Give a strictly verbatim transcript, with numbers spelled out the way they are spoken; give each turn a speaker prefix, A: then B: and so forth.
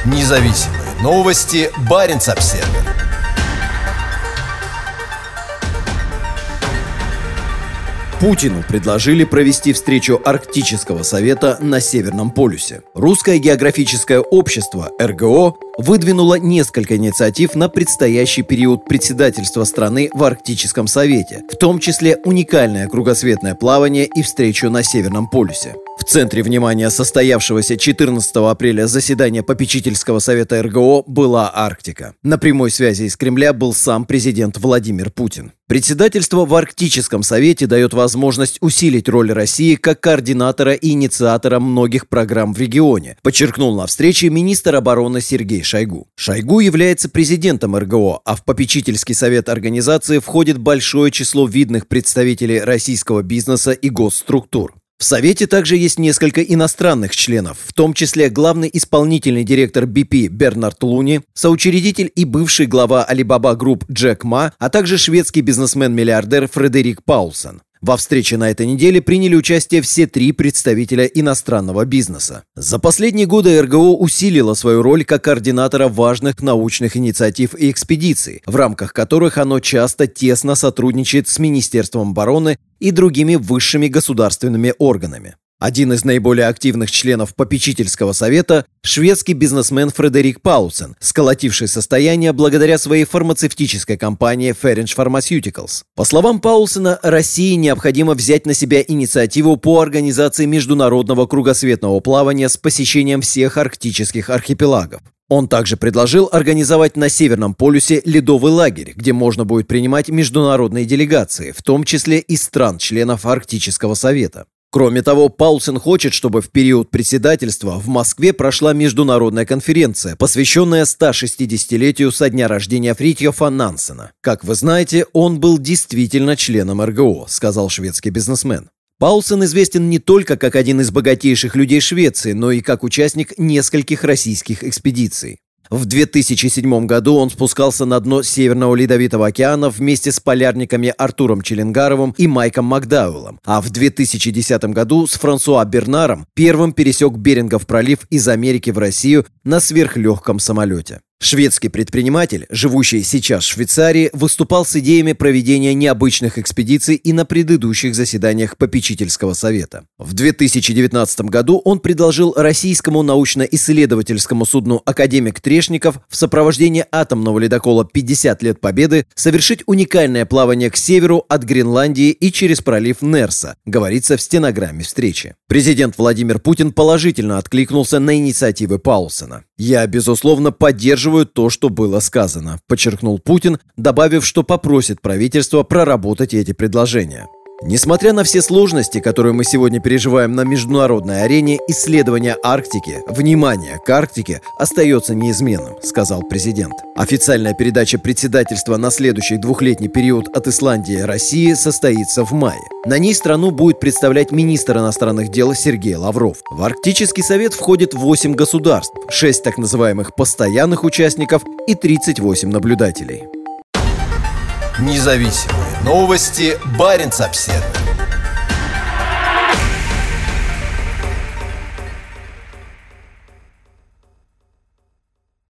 A: Независимые новости. Баренц-Обсервер. Путину предложили провести встречу Арктического совета на Северном полюсе. Русское географическое общество эр гэ о выдвинуло несколько инициатив на предстоящий период председательства страны в Арктическом совете, в том числе уникальное кругосветное плавание и встречу на Северном полюсе. В центре внимания состоявшегося четырнадцатого апреля заседания попечительского совета эр гэ о была Арктика. На прямой связи из Кремля был сам президент Владимир Путин. Председательство в Арктическом совете дает возможность усилить роль России как координатора и инициатора многих программ в регионе, подчеркнул на встрече министр обороны Сергей Шойгу. Шойгу является президентом эр гэ о, а в попечительский совет организации входит большое число видных представителей российского бизнеса и госструктур. В Совете также есть несколько иностранных членов, в том числе главный исполнительный директор би пи Бернард Луни, соучредитель и бывший глава Alibaba Group Джек Ма, а также шведский бизнесмен-миллиардер Фредерик Паулсен. Во встрече на этой неделе приняли участие все три представителя иностранного бизнеса. За последние годы эр гэ о усилило свою роль как координатора важных научных инициатив и экспедиций, в рамках которых оно часто тесно сотрудничает с Министерством обороны и другими высшими государственными органами. Один из наиболее активных членов попечительского совета – шведский бизнесмен Фредерик Паулсен, сколотивший состояние благодаря своей фармацевтической компании Ferring Pharmaceuticals. По словам Паулсена, России необходимо взять на себя инициативу по организации международного кругосветного плавания с посещением всех арктических архипелагов. Он также предложил организовать на Северном полюсе ледовый лагерь, где можно будет принимать международные делегации, в том числе из стран-членов Арктического совета. Кроме того, Паулсен хочет, чтобы в период председательства в Москве прошла международная конференция, посвященная ста шестидесятилетию со дня рождения Фритьёфа Нансена. «Как вы знаете, он был действительно членом эр гэ о», — сказал шведский бизнесмен. Паулсен известен не только как один из богатейших людей Швеции, но и как участник нескольких российских экспедиций. В две тысячи седьмом году он спускался на дно Северного Ледовитого океана вместе с полярниками Артуром Челенгаровым и Майком Макдауэллом, а в две тысячи десятом году с Франсуа Бернаром первым пересек Берингов пролив из Америки в Россию на сверхлегком самолете. Шведский предприниматель, живущий сейчас в Швейцарии, выступал с идеями проведения необычных экспедиций и на предыдущих заседаниях попечительского совета. В две тысячи девятнадцатом году он предложил российскому научно-исследовательскому судну «Академик Трешников» в сопровождении атомного ледокола «пятьдесят лет Победы» совершить уникальное плавание к северу от Гренландии и через пролив Нерса, говорится в стенограмме встречи. Президент Владимир Путин положительно откликнулся на инициативы Паулсена. «Я, безусловно, поддерживаю то, что было сказано», — подчеркнул Путин, добавив, что попросит правительство проработать эти предложения. Несмотря на все сложности, которые мы сегодня переживаем на международной арене, исследование Арктики, внимание к Арктике остается неизменным, сказал президент. Официальная передача председательства на следующий двухлетний период от Исландии и России состоится в мае. На ней страну будет представлять министр иностранных дел Сергей Лавров. В Арктический совет входит восемь государств, шесть так называемых постоянных участников и тридцать восемь наблюдателей. Независимые новости. Баренц-Обсервер.